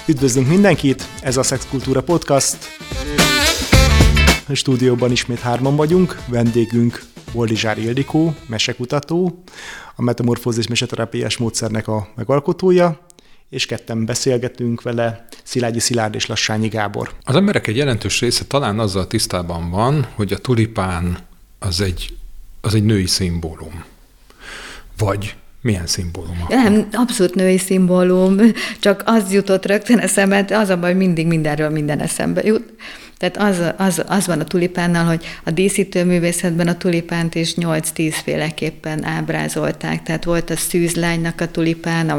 Üdvözlünk mindenkit, ez a Szexkultúra Podcast. A stúdióban ismét 3-an vagyunk, vendégünk Boldizsár Ildikó, mesekutató, a metamorfózis meseterápiás módszernek a megalkotója, és ketten beszélgetünk vele, Szilágyi Szilárd és Lassányi Gábor. Az emberek egy jelentős része talán azzal tisztában van, hogy a tulipán az egy női szimbólum. Vagy milyen szimbólum? Nem, abszolút női szimbólum, csak az jutott rögtön eszembe, az a baj, mindig mindenről minden eszembe jut. Tehát az van a tulipánnal, hogy a díszítőművészetben a tulipánt is 8-10 féleképpen ábrázolták. Tehát volt a szűzlánynak a tulipán,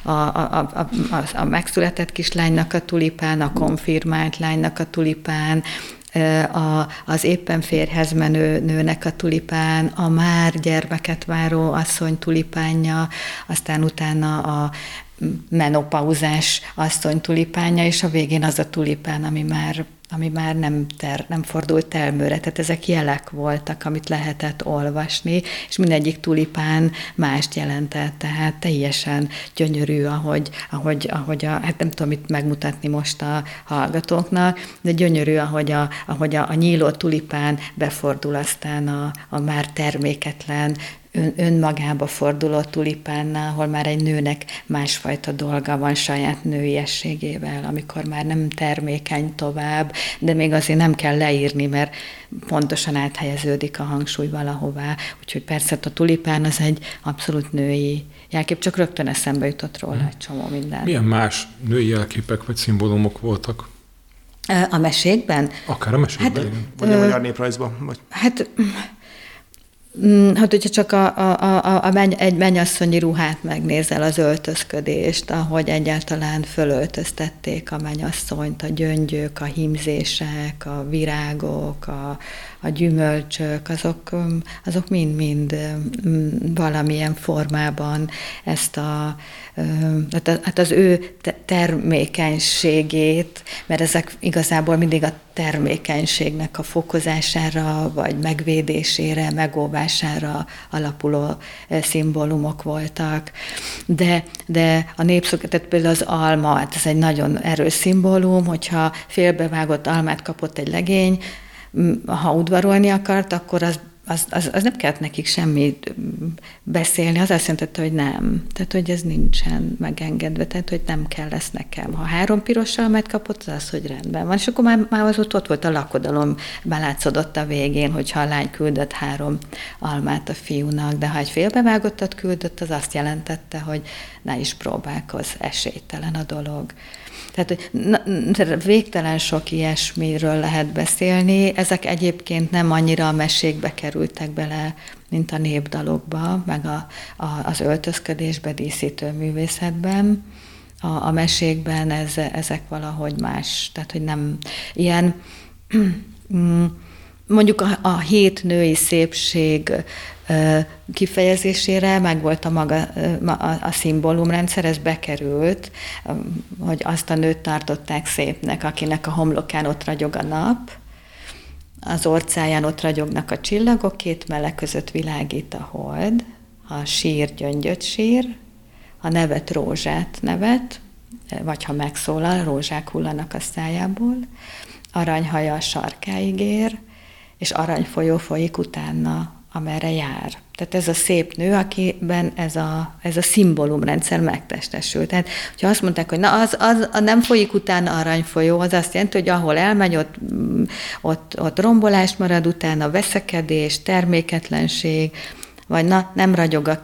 a megszületett kislánynak a tulipán, a konfirmált lánynak a tulipán, az éppen férjhez menő nőnek a tulipán, a már gyermeket váró asszony tulipánja, aztán utána a menopauzás asszony tulipánja, és a végén az a tulipán, ami már nem fordult termőre. Tehát ezek jelek voltak, amit lehetett olvasni, és mindegyik tulipán mást jelentett, tehát teljesen gyönyörű, ahogy hát nem tudom mit megmutatni most a hallgatóknak, de gyönyörű, ahogy a nyíló tulipán befordul aztán a már terméketlen, önmagába forduló tulipánnál, ahol már egy nőnek másfajta dolga van saját nőiességével, amikor már nem termékeny tovább, de még azért nem kell leírni, mert pontosan áthelyeződik a hangsúly valahová. Úgyhogy persze a tulipán az egy abszolút női jelkép, csak rögtön eszembe jutott róla egy csomó minden. Milyen más női jelképek vagy szimbólumok voltak? A mesékben? Akár a mesékben. Vagy a magyar néprajzban? Hát, hogyha csak egy mennyasszonyi ruhát megnézel, az öltözködést, ahogy egyáltalán fölöltöztették a mennyasszonyt, a gyöngyök, a hímzések, a virágok, a gyümölcsök, azok mind valamilyen formában ezt hát az ő termékenységét, mert ezek igazából mindig a termékenységnek a fokozására, vagy megvédésére, megóvására alapuló szimbólumok voltak. De a tehát például az alma, hát ez egy nagyon erős szimbólum, hogyha félbevágott almát kapott egy legény, ha udvarolni akart, akkor az nem kellett nekik semmit beszélni, az azt jelentette, hogy nem. Tehát, hogy ez nincsen megengedve, tehát, hogy nem kell lesz nekem. Ha 3 piros almát kapott, az, hogy rendben van. És akkor már az ott volt a lakodalom, belátszódott a végén, hogyha a lány küldött 3 almát a fiúnak, de ha egy félbevágottat küldött, az azt jelentette, hogy ne is próbálkozz, esélytelen a dolog. Tehát végtelen sok ilyesmiről lehet beszélni. Ezek egyébként nem annyira a mesékbe kerültek bele, mint a népdalokba, meg az öltözködésbe, díszítő művészetben. A mesékben ezek valahogy más, tehát hogy nem ilyen... Mondjuk a 7 női szépség kifejezésére megvolt a szimbólumrendszer, ez bekerült, hogy azt a nőt tartották szépnek, akinek a homlokán ott ragyog a nap, az orcáján ott ragyognak a csillagok, 2 melle között világít a hold, ha sír, gyöngyöt sír, ha nevet, rózsát nevet, vagy ha megszólal, rózsák hullanak a szájából, aranyhaja a sarkáig ér, és aranyfolyó folyik utána, amerre jár. Tehát ez a szép nő, akiben ez a szimbólumrendszer megtestesül. Tehát, hogyha azt mondták, hogy az nem folyik utána aranyfolyó, az azt jelenti, hogy ahol elmegy, ott rombolás marad utána, veszekedés, terméketlenség, vagy nem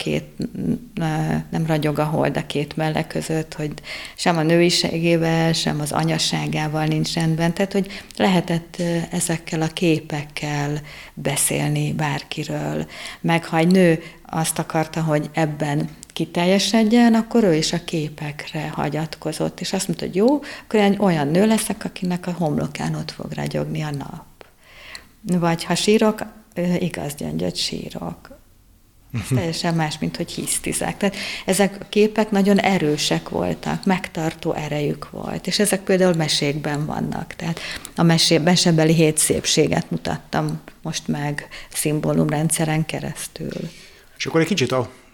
ragyog a hold a 2 melle között, hogy sem a nőiségével, sem az anyaságával nincs rendben. Tehát, hogy lehetett ezekkel a képekkel beszélni bárkiről. Meg ha egy nő azt akarta, hogy ebben kiteljesedjen, akkor ő is a képekre hagyatkozott. És azt mondta, hogy jó, akkor egy olyan nő leszek, akinek a homlokán ott fog ragyogni a nap. Vagy ha sírok, igaz gyöngyöt sírok. Ez teljesen más, mint hogy hisztizek. Tehát ezek a képek nagyon erősek voltak, megtartó erejük volt, és ezek például mesékben vannak. Tehát a mesebeli 7 szépséget mutattam most meg szimbólumrendszeren keresztül. És akkor egy kicsit a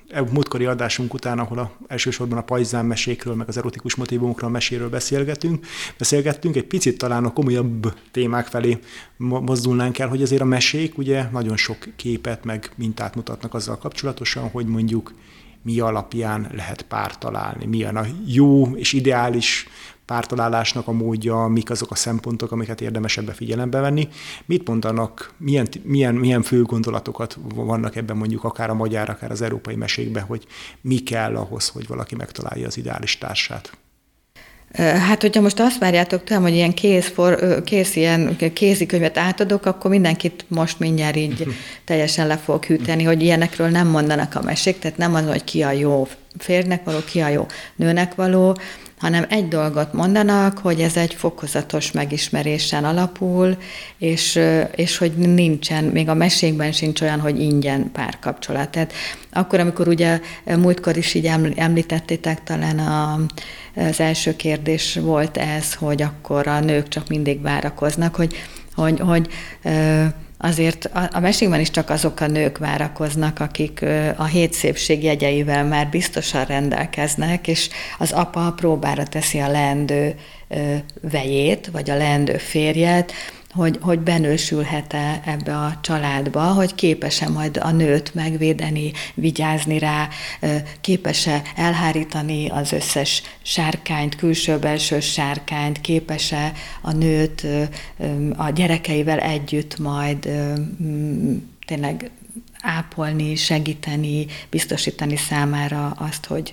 múltkori adásunk után, ahol elsősorban a pajzánmesékről, meg az erotikus motívumokról, a meséről beszélgettünk, egy picit talán a komolyabb témák felé mozdulnánk el, hogy azért a mesék ugye nagyon sok képet, meg mintát mutatnak azzal kapcsolatosan, hogy mondjuk mi alapján lehet párt találni, milyen a jó és ideális pártalálásnak a módja, mik azok a szempontok, amiket érdemes ebbe figyelembe venni. Mit mondanak, milyen fő gondolatokat vannak ebben mondjuk akár a magyar, akár az európai mesékben, hogy mi kell ahhoz, hogy valaki megtalálja az ideális társát? Hát, hogyha most azt várjátok tőlem, hogy ilyen ilyen kézikönyvet átadok, akkor mindenkit most mindjárt így teljesen le fogok hűteni, hogy ilyenekről nem mondanak a mesék, tehát nem az, hogy ki a jó férjnek való, ki a jó nőnek való, hanem egy dolgot mondanak, hogy ez egy fokozatos megismerésen alapul, és hogy nincsen, még a mesékben sincs olyan, hogy ingyen párkapcsolat. Tehát akkor, amikor ugye múltkor is így említettétek, talán az első kérdés volt ez, hogy akkor a nők csak mindig várakoznak, hogy azért a mesékben is csak azok a nők várakoznak, akik a 7 szépség jegyeivel már biztosan rendelkeznek, és az apa próbára teszi a leendő vejét, vagy a leendő férjet, hogy benősülhet-e ebbe a családba, hogy képes-e majd a nőt megvédeni, vigyázni rá, képes-e elhárítani az összes sárkányt, külső-belső sárkányt, képes-e a nőt a gyerekeivel együtt majd tényleg ápolni, segíteni, biztosítani számára azt, hogy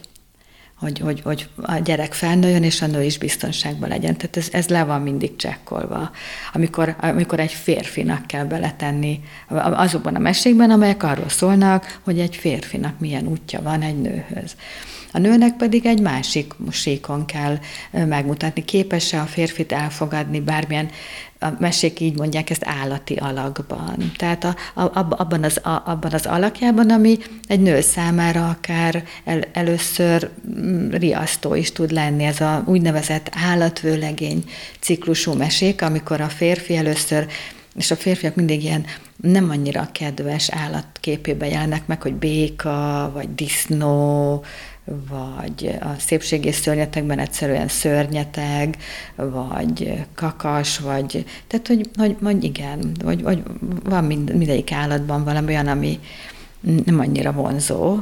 a gyerek felnőjön, és a nő is biztonságban legyen. Tehát ez le van mindig csekkolva. Amikor egy férfinak kell beletenni azokban a mesékben, amelyek arról szólnak, hogy egy férfinak milyen útja van egy nőhöz. A nőnek pedig egy másik síkon kell megmutatni. Képes-e a férfit elfogadni bármilyen, a mesék így mondják ezt állati alakban. Tehát abban az alakjában, ami egy nő számára akár először riasztó is tud lenni. Ez a úgynevezett állatvőlegény ciklusú mesék, amikor a férfi először, és a férfiak mindig ilyen nem annyira kedves állatképében jelennek meg, hogy béka, vagy disznó, vagy a szépségés szörnyetekben egyszerűen szörnyeteg, vagy kakas, vagy tehát, hogy igen, vagy van mindegyik állatban valami olyan, ami nem annyira vonzó,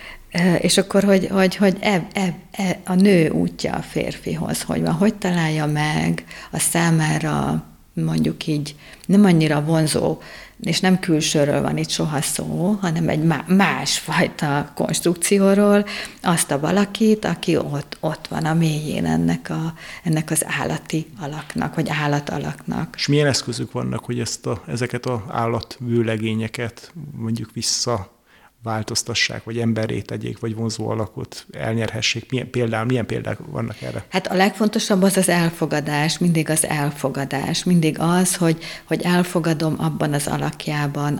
és akkor, hogy a nő útja a férfihoz, hogy találja meg a számára mondjuk így nem annyira vonzó, és nem külsőről van itt soha szó, hanem egy másfajta konstrukcióról, azt a valakit, aki ott van a mélyén ennek az állati alaknak, vagy állatalaknak. És milyen eszközök vannak, hogy ezeket az állatvőlegényeket mondjuk visszaváltoztassák, vagy emberré tegyék, vagy vonzó alakot elnyerhessék? Milyen példák vannak erre? Hát a legfontosabb az elfogadás, mindig az elfogadás, mindig az, hogy elfogadom abban az alakjában,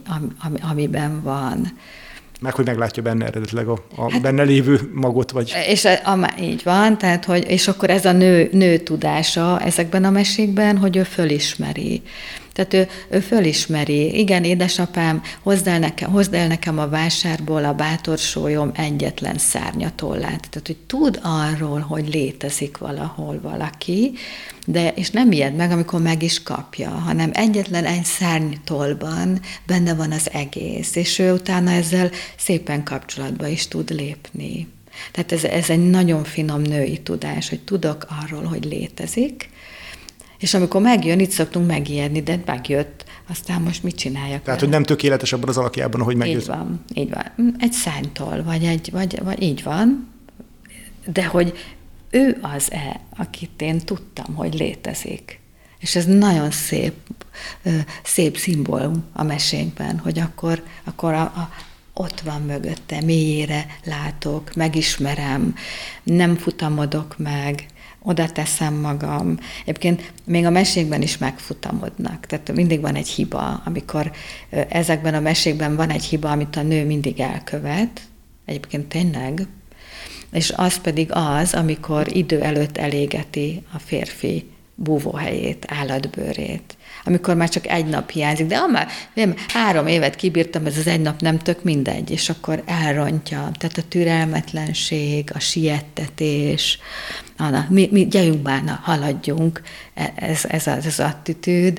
amiben van. Meg hogy meglátja benne eredetileg a benne lévő magot, vagy... És így van, tehát, és akkor ez a nő tudása ezekben a mesékben, hogy ő fölismeri. Tehát ő fölismeri, igen, édesapám, hozd el nekem a vásárból a bátorsólyom egyetlen szárnyatollát. Tehát, hogy tud arról, hogy létezik valahol valaki, és nem ijed meg, amikor meg is kapja, hanem egyetlen egy szárnytollban benne van az egész, és ő utána ezzel szépen kapcsolatba is tud lépni. Tehát ez egy nagyon finom női tudás, hogy tudok arról, hogy létezik, és amikor megjön, itt szoktunk megijedni, de megjött, aztán most mit csináljak? Tehát, hogy nem tökéletes abban az alakjában, ahogy megjött. Így van. Egy szánytól, vagy így van, de hogy ő az-e, akit én tudtam, hogy létezik. És ez nagyon szép szimbólum a mesénkben, hogy akkor ott van mögötte, mélyére látok, megismerem, nem futamodok meg, oda teszem magam. Egyébként még a mesékben is megfutamodnak. Tehát mindig van egy hiba, amikor ezekben a mesékben van egy hiba, amit a nő mindig elkövet. Egyébként tényleg. És az pedig az, amikor idő előtt elégeti a férfi búvóhelyét, állatbőrét. amikor már csak egy nap hiányzik, de már 3 évet kibírtam, ez az egy nap nem tök mindegy, és akkor elrontja. Tehát a türelmetlenség, a siettetés, mi gyerünk már, haladjunk, ez az attitűd,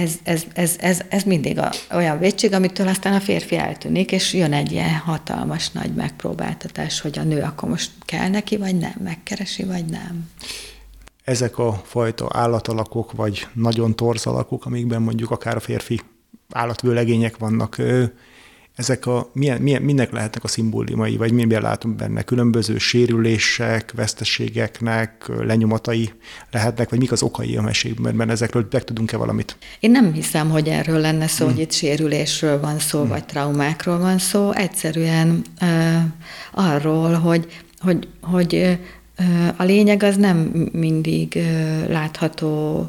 ez mindig olyan vétség, amitől aztán a férfi eltűnik, és jön egy ilyen hatalmas nagy megpróbáltatás, hogy a nő akkor most kell neki, vagy nem, megkeresi, vagy nem. Ezek a fajta állatalakok, vagy nagyon torz alakok, amikben mondjuk akár a férfi állatvőlegények vannak, ezek minek lehetnek a szimbólumai, vagy miben látunk benne? Különböző sérülések, veszteségeknek, lenyomatai lehetnek, vagy mik az okai a mesékben, mert ezekről meg tudunk-e valamit? Én nem hiszem, hogy erről lenne szó, hogy itt sérülésről van szó, vagy traumákról van szó. Egyszerűen arról, hogy a lényeg az nem mindig látható,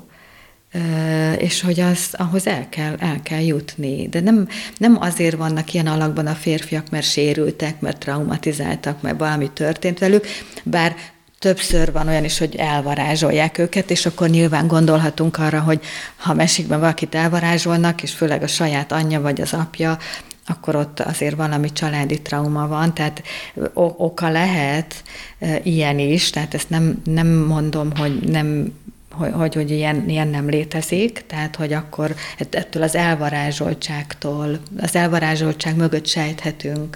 és hogy ahhoz el kell jutni. De nem azért vannak ilyen alakban a férfiak, mert sérültek, mert traumatizáltak, mert valami történt velük, bár többször van olyan is, hogy elvarázsolják őket, és akkor nyilván gondolhatunk arra, hogy ha mesékben valakit elvarázsolnak, és főleg a saját anyja vagy az apja, akkor ott azért valami családi trauma van, tehát oka lehet ilyen is, tehát ezt nem mondom, hogy nem hogy ilyen nem létezik, tehát hogy akkor ettől az elvarázsoltság mögött sejthetünk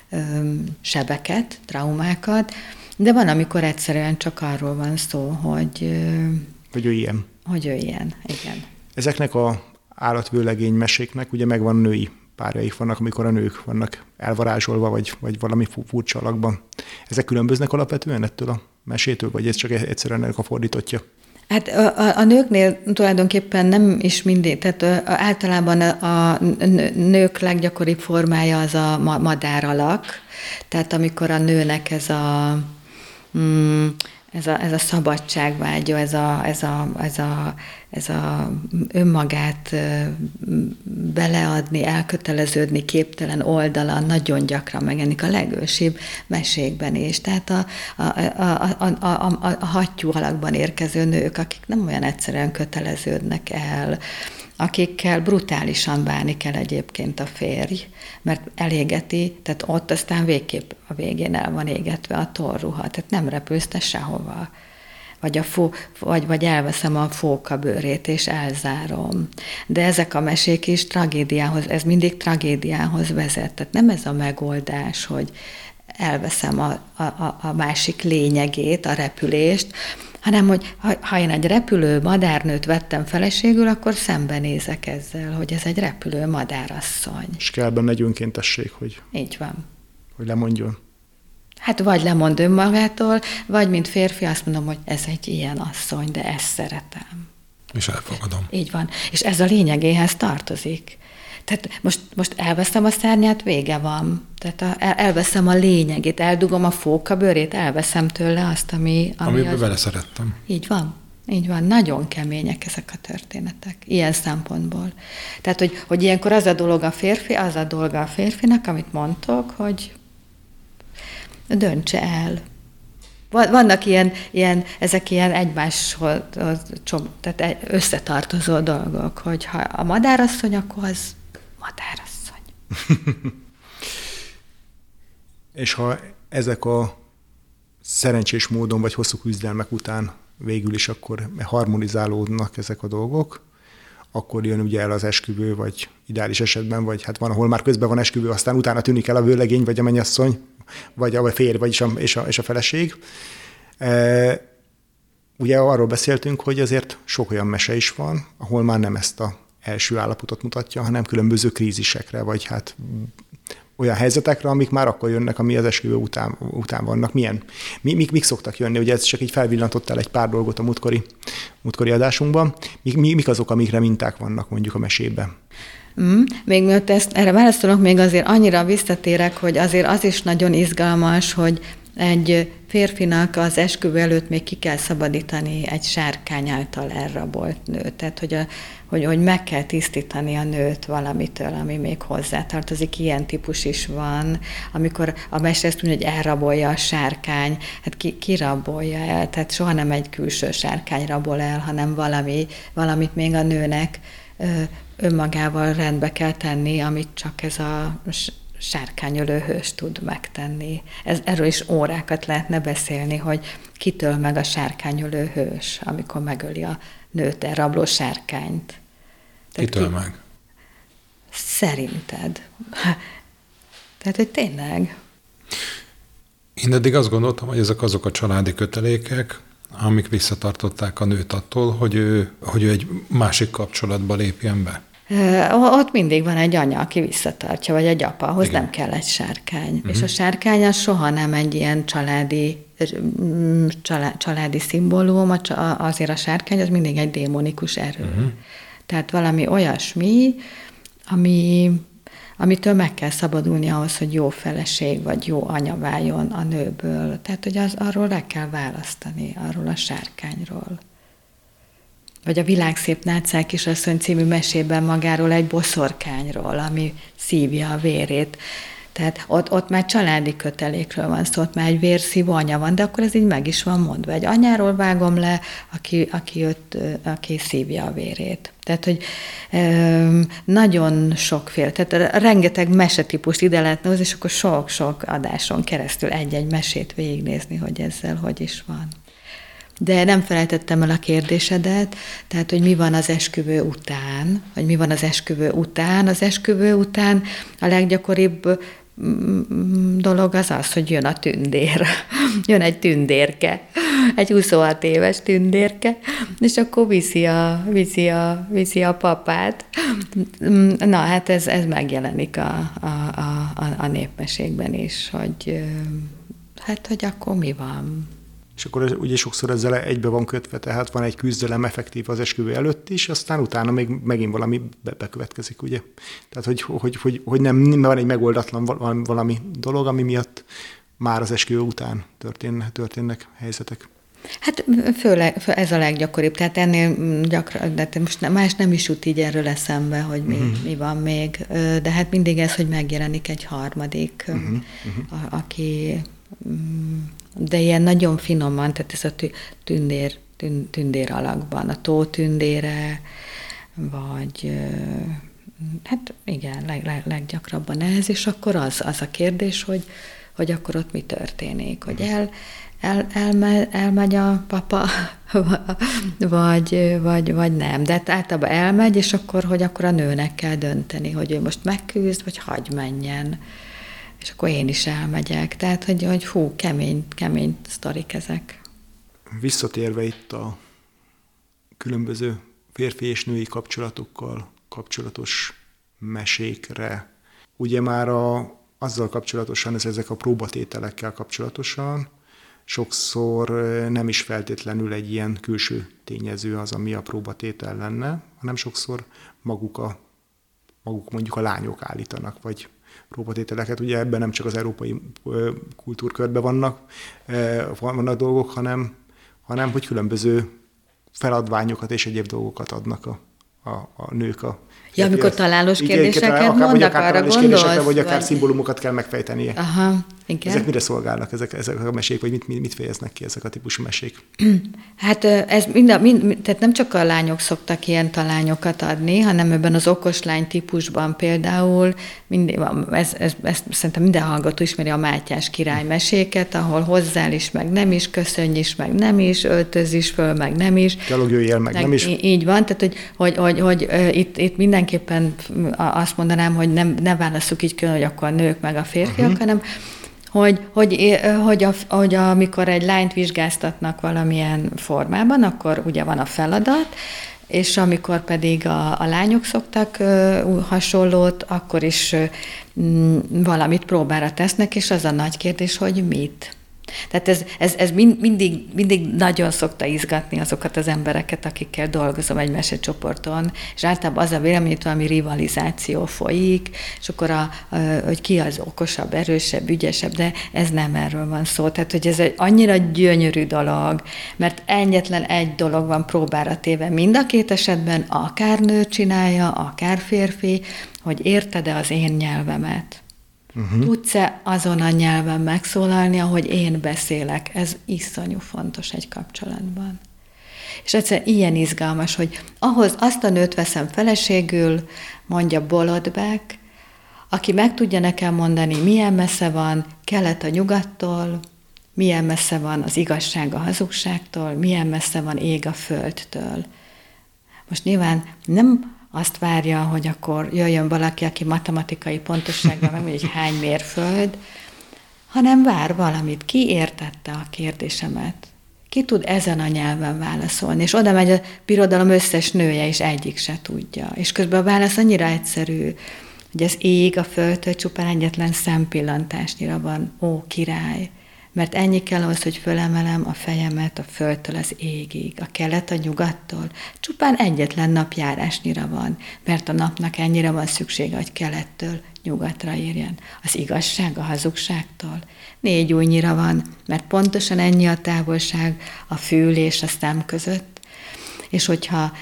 sebeket, traumákat, de van, amikor egyszerűen csak arról van szó, hogy ő ilyen. Hogy ő ilyen, igen. Ezeknek a állatvőlegény meséknek ugye megvan női párjaik vannak, amikor a nők vannak elvarázsolva, vagy valami furcsa alakban. Ezek különböznek alapvetően ettől a mesétől, vagy ez csak egyszerűen ennek a fordítottja? Hát a nőknél tulajdonképpen nem is mindig, tehát általában a nők leggyakoribb formája az a madáralak, tehát amikor a nőnek ez a szabadságvágya, ez a önmagát beleadni, elköteleződni képtelen oldala nagyon gyakran megjelenik a legősibb mesékben is. Tehát a hattyú alakban érkező nők, akik nem olyan egyszerűen köteleződnek el, akikkel brutálisan bánik kell egyébként a férj, mert elégeti, tehát ott aztán végképp a végén el van égetve a torruha, tehát nem repülsz te sehova. Vagy elveszem a fóka bőrét, és elzárom. De ezek a mesék is ez mindig tragédiához vezet. Tehát nem ez a megoldás, hogy elveszem a másik lényegét, a repülést, hanem hogy ha én egy repülő madárnőt vettem feleségül, akkor szembenézek ezzel, hogy ez egy repülő madárasszony. És kell benne egy önkéntesség, hogy... Így van. Hogy lemondjon. Hát vagy lemond önmagától, vagy mint férfi azt mondom, hogy ez egy ilyen asszony, de ezt szeretem. És elfogadom. Így van. És ez a lényegéhez tartozik. Tehát most elveszem a szárnyát, vége van. Tehát elveszem a lényegét, eldugom a fókabőrét, elveszem tőle azt, amiben vele szerettem. Így van. Így van, nagyon kemények ezek a történetek, ilyen szempontból. Tehát, hogy ilyenkor az a dolga a férfinak, amit mondtok, hogy döntse el. Vannak ezek ilyen egymáshoz tehát összetartozó dolgok, hogy ha a madárasszony, akkor az madárasszony. És ha ezek a szerencsés módon, vagy hosszú küzdelmek után végül is akkor harmonizálódnak ezek a dolgok, akkor jön ugye el az esküvő, vagy ideális esetben, vagy hát van, ahol már közben van esküvő, aztán utána tűnik el a vőlegény, vagy a mennyasszony, vagy a férj, és a feleség. Ugye arról beszéltünk, hogy azért sok olyan mese is van, ahol már nem ezt az első állapotot mutatja, hanem különböző krízisekre, vagy hát olyan helyzetekre, amik már akkor jönnek, ami az esküvő után vannak. Mik szoktak jönni? Ugye ez csak így felvillantottál egy pár dolgot a múltkori adásunkban. Mik azok, amikre minták vannak mondjuk a mesében? Még mielőtt erre válaszolok, még azért annyira visszatérek, hogy azért az is nagyon izgalmas, hogy egy férfinak az esküvő előtt még ki kell szabadítani egy sárkány által elrabolt nőt. Tehát, hogy meg kell tisztítani a nőt valamitől, ami még hozzátartozik. Ilyen típus is van, amikor a mester ezt mondja, hogy elrabolja a sárkány. Hát ki rabolja el? Tehát soha nem egy külső sárkány rabol el, hanem valamit még a nőnek önmagával rendbe kell tenni, amit csak ez a sárkányölő hős tud megtenni. Erről is órákat lehetne beszélni, hogy kitől meg a sárkányölő hős, amikor megöli a nőt, elrabló sárkányt. Kitől meg? Szerinted? Tehát, hogy tényleg? Én eddig azt gondoltam, hogy ezek azok a családi kötelékek, amik visszatartották a nőt attól, hogy ő egy másik kapcsolatba lépjen be. Ott mindig van egy anya, aki visszatartja, vagy egy apa, ahhoz nem kell egy sárkány. És a sárkány az soha nem egy ilyen családi szimbólum, azért a sárkány az mindig egy démonikus erő. Tehát valami olyasmi, amitől meg kell szabadulni ahhoz, hogy jó feleség, vagy jó anya váljon a nőből. Tehát, hogy arról le kell választani, arról a sárkányról. Vagy a Világszép Nátszák Kisasszony című mesében magáról egy boszorkányról, ami szívja a vérét. Tehát ott már családi kötelékről van szó, ott már egy vérszívó anya van, de akkor ez így meg is van mondva. Egy anyáról vágom le, aki szívja a vérét. Tehát, hogy nagyon sokféle, tehát rengeteg mesetípust ide lehetne hozni, és akkor sok-sok adáson keresztül egy-egy mesét végignézni, hogy ezzel hogy is van. De nem felejtettem el a kérdésedet, tehát, hogy mi van az esküvő után, vagy mi van az esküvő után. Az esküvő után a leggyakoribb dolog az, hogy jön a tündér. Jön egy tündérke, egy 26 éves tündérke, és akkor viszi a papát. Na, hát ez megjelenik a népmesékben is, hogy akkor mi van. És akkor ugye sokszor ezzel egybe van kötve, tehát van egy küzdelem effektív az esküvő előtt is, aztán utána még megint valami bekövetkezik, ugye? Tehát, hogy nem van egy megoldatlan valami dolog, ami miatt már az esküvő után történnek helyzetek. Hát főleg ez a leggyakoribb, tehát ennél gyakran, de most más nem is jut így erről eszembe, hogy mi van még, de hát mindig ez, hogy megjelenik egy harmadik, aki... De ilyen nagyon finoman, tehát ez a tündér alakban, a tótündére, vagy hát igen, leggyakrabban ez, és akkor az a kérdés, hogy akkor ott mi történik, hogy elmegy a papa, vagy nem. De általában elmegy, és akkor a nőnek kell dönteni, hogy ő most megküzd, vagy hagy menjen. És akkor én is elmegyek. Tehát, hogy kemény sztorik ezek. Visszatérve itt a különböző férfi és női kapcsolatokkal kapcsolatos mesékre, ugye már azzal kapcsolatosan, ezek a próbatételekkel kapcsolatosan, sokszor nem is feltétlenül egy ilyen külső tényező az, ami a próbatétel lenne, hanem sokszor maguk mondjuk a lányok állítanak, vagy próbatételeket. Ugye ebben nem csak az európai kultúrkörben vannak dolgok, hanem hogy különböző feladványokat és egyéb dolgokat adnak a nők Ja, amikor találós kérdéseket mondanak, arra gondolsz? Vagy akár szimbólumokat kell megfejtenie. Aha, igen. Ezek mire szolgálnak, ezek a mesék, vagy mit fejeznek ki ezek a típusú mesék? Hát ez tehát nem csak a lányok szoktak ilyen talányokat adni, hanem ebben az okos lány típusban például, ezt szerintem minden hallgató ismeri a Mátyás király meséket, ahol hozzál is, meg nem is, köszönj is, meg nem is, öltöz is föl, meg nem is. Gyalogjöjjél, meg nem is. Így van, tehát hogy itt mindenképpen azt mondanám, hogy ne válasszuk így külön, hogy akkor a nők meg a férfiak, hanem hogy amikor egy lányt vizsgáztatnak valamilyen formában, akkor ugye van a feladat, és amikor pedig a lányok szoktak hasonlót, akkor is valamit próbára tesznek, és az a nagy kérdés, hogy mit. Tehát ez mindig nagyon szokta izgatni azokat az embereket, akikkel dolgozom egy mesecsoporton, és általában az a vélemény, hogy valami rivalizáció folyik, és akkor hogy ki az okosabb, erősebb, ügyesebb, de ez nem erről van szó. Tehát, hogy ez egy annyira gyönyörű dolog, mert egyetlen egy dolog van próbára téve mind a két esetben, akár nő csinálja, akár férfi, hogy érted-e az én nyelvemet. Tudsz-e azon a nyelven megszólalni, ahogy én beszélek? Ez iszonyú fontos egy kapcsolatban. És egyszerűen ilyen izgalmas, hogy ahhoz azt a nőt veszem feleségül, mondja Bolodbek, aki meg tudja nekem mondani, milyen messze van kelet a nyugattól, milyen messze van az igazság a hazugságtól, milyen messze van ég a földtől. Most nyilván nem azt várja, hogy akkor jöjjön valaki, aki matematikai pontosságban megmondja, hogy hány mérföld, hanem vár valamit. Ki értette a kérdésemet? Ki tud ezen a nyelven válaszolni? És oda megy a birodalom összes nője, és egyik se tudja. És közben a válasz annyira egyszerű, hogy az ég a földtől csupán egyetlen szempillantásnyira van, ó király, mert ennyi kell ahhoz, hogy fölemelem a fejemet a földtől az égig, a kelet a nyugattól, csupán egyetlen napjárásnyira van, mert a napnak ennyire van szüksége, hogy kelettől nyugatra érjen. Az igazság a hazugságtól 4 ujjnyira van, mert pontosan ennyi a távolság a fül és a szem között, és hogyha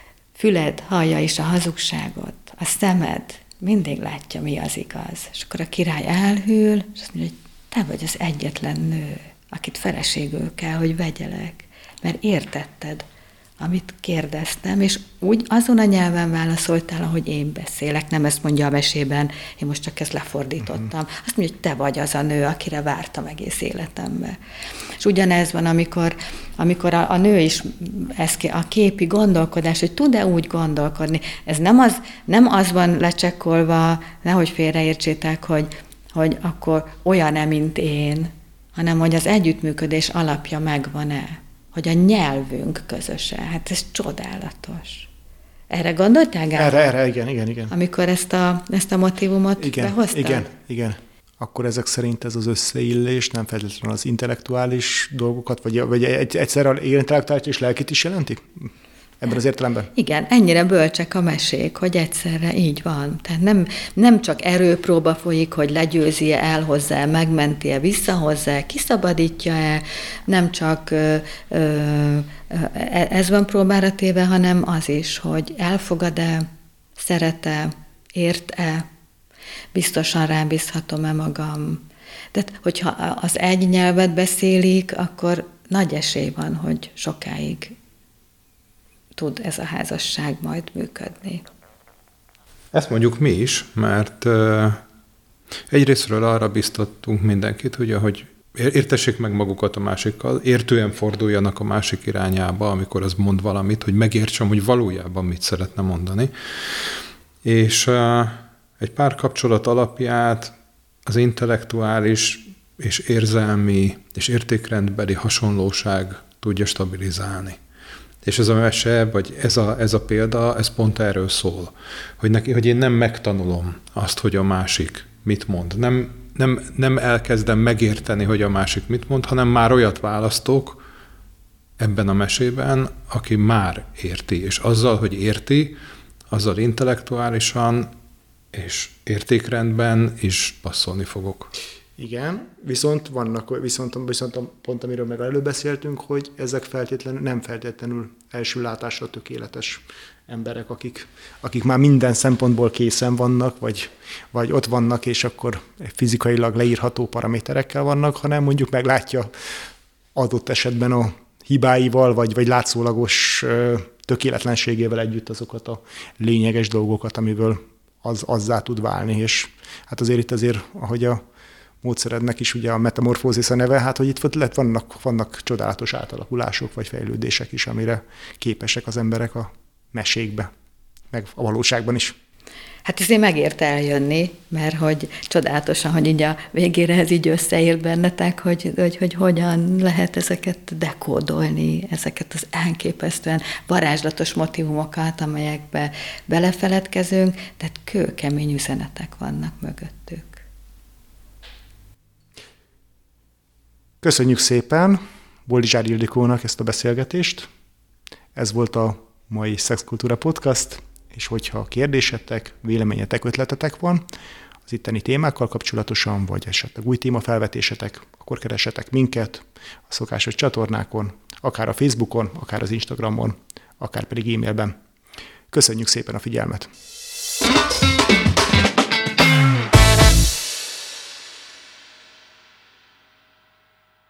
füled hallja is a hazugságot, a szemed mindig látja, mi az igaz. És akkor a király elhűl, és azt mondja, hogy te vagy az egyetlen nő, akit feleségül kell, hogy vegyelek, mert értetted, amit kérdeztem, és úgy azon a nyelven válaszoltál, ahogy én beszélek, nem ezt mondja a mesében, én most csak ezt lefordítottam. Azt mondja, hogy te vagy az a nő, akire vártam egész életembe. És ugyanez van, amikor a nő is, a képi gondolkodás, hogy tud-e úgy gondolkodni. Ez nem az van lecsekkolva, nehogy félreértsétek, hogy akkor olyan-e, mint én, hanem hogy az együttműködés alapja megvan-e, hogy a nyelvünk közöse. Hát ez csodálatos. Erre gondoltál, Gábor? Erre, igen. Amikor ezt a motívumot behoztad? Igen. Akkor ezek szerint ez az összeillés nem feltétlenül az intellektuális dolgokat, vagy egyszerre az intellektuális és lelkit is jelenti? Ebben az értelemben? Igen, ennyire bölcsek a mesék, hogy egyszerre így van. Tehát nem csak erőpróba folyik, hogy legyőzi-e, elhozza-e, megmenti-e, visszahozza-e, kiszabadítja-e, nem csak ez van próbára téve, hanem az is, hogy elfogad-e, szeret-e, ért-e, biztosan rábízhatom-e magam. Tehát, hogyha az egy nyelvet beszélik, akkor nagy esély van, hogy sokáig tud ez a házasság majd működni. Ezt mondjuk mi is, mert egyrésztről arra biztattunk mindenkit, ugye, hogy értessék meg magukat a másikkal, értően forduljanak a másik irányába, amikor az mond valamit, hogy megértsem, hogy valójában mit szeretne mondani. És egy párkapcsolat alapját az intellektuális és érzelmi és értékrendbeli hasonlóság tudja stabilizálni. És ez a mese, vagy ez a példa, ez pont erről szól, hogy én nem megtanulom azt, hogy a másik mit mond. Nem elkezdem megérteni, hogy a másik mit mond, hanem már olyat választok ebben a mesében, aki már érti. És azzal, hogy érti, azzal intellektuálisan és értékrendben is passzolni fogok. Igen, viszont pont amiről meg előbb beszéltünk, hogy ezek nem feltétlenül első látásra tökéletes emberek, akik már minden szempontból készen vannak, vagy ott vannak, és akkor fizikailag leírható paraméterekkel vannak, hanem mondjuk meglátja adott esetben a hibáival, vagy látszólagos tökéletlenségével együtt azokat a lényeges dolgokat, amiből az azzá tud válni. És hát azért, ahogy a módszerednek is ugye a metamorfózis a neve, hát hogy itt vannak csodálatos átalakulások vagy fejlődések is, amire képesek az emberek a mesékbe, meg a valóságban is. Hát ezért megérte eljönni, mert hogy csodálatosan, hogy így a végére ez így összeért bennetek, hogy hogyan lehet ezeket dekódolni, ezeket az elképesztően varázslatos motivumokat, amelyekbe belefeledkezünk, tehát kőkemény üzenetek vannak mögöttük. Köszönjük szépen Boldizsár Ildikónak ezt a beszélgetést. Ez volt a mai Szexkultúra Podcast, és hogyha kérdésetek, véleményetek, ötletetek van az itteni témákkal kapcsolatosan, vagy esetleg új témafelvetésetek, akkor keressetek minket a szokásos csatornákon, akár a Facebookon, akár az Instagramon, akár pedig e-mailben. Köszönjük szépen a figyelmet!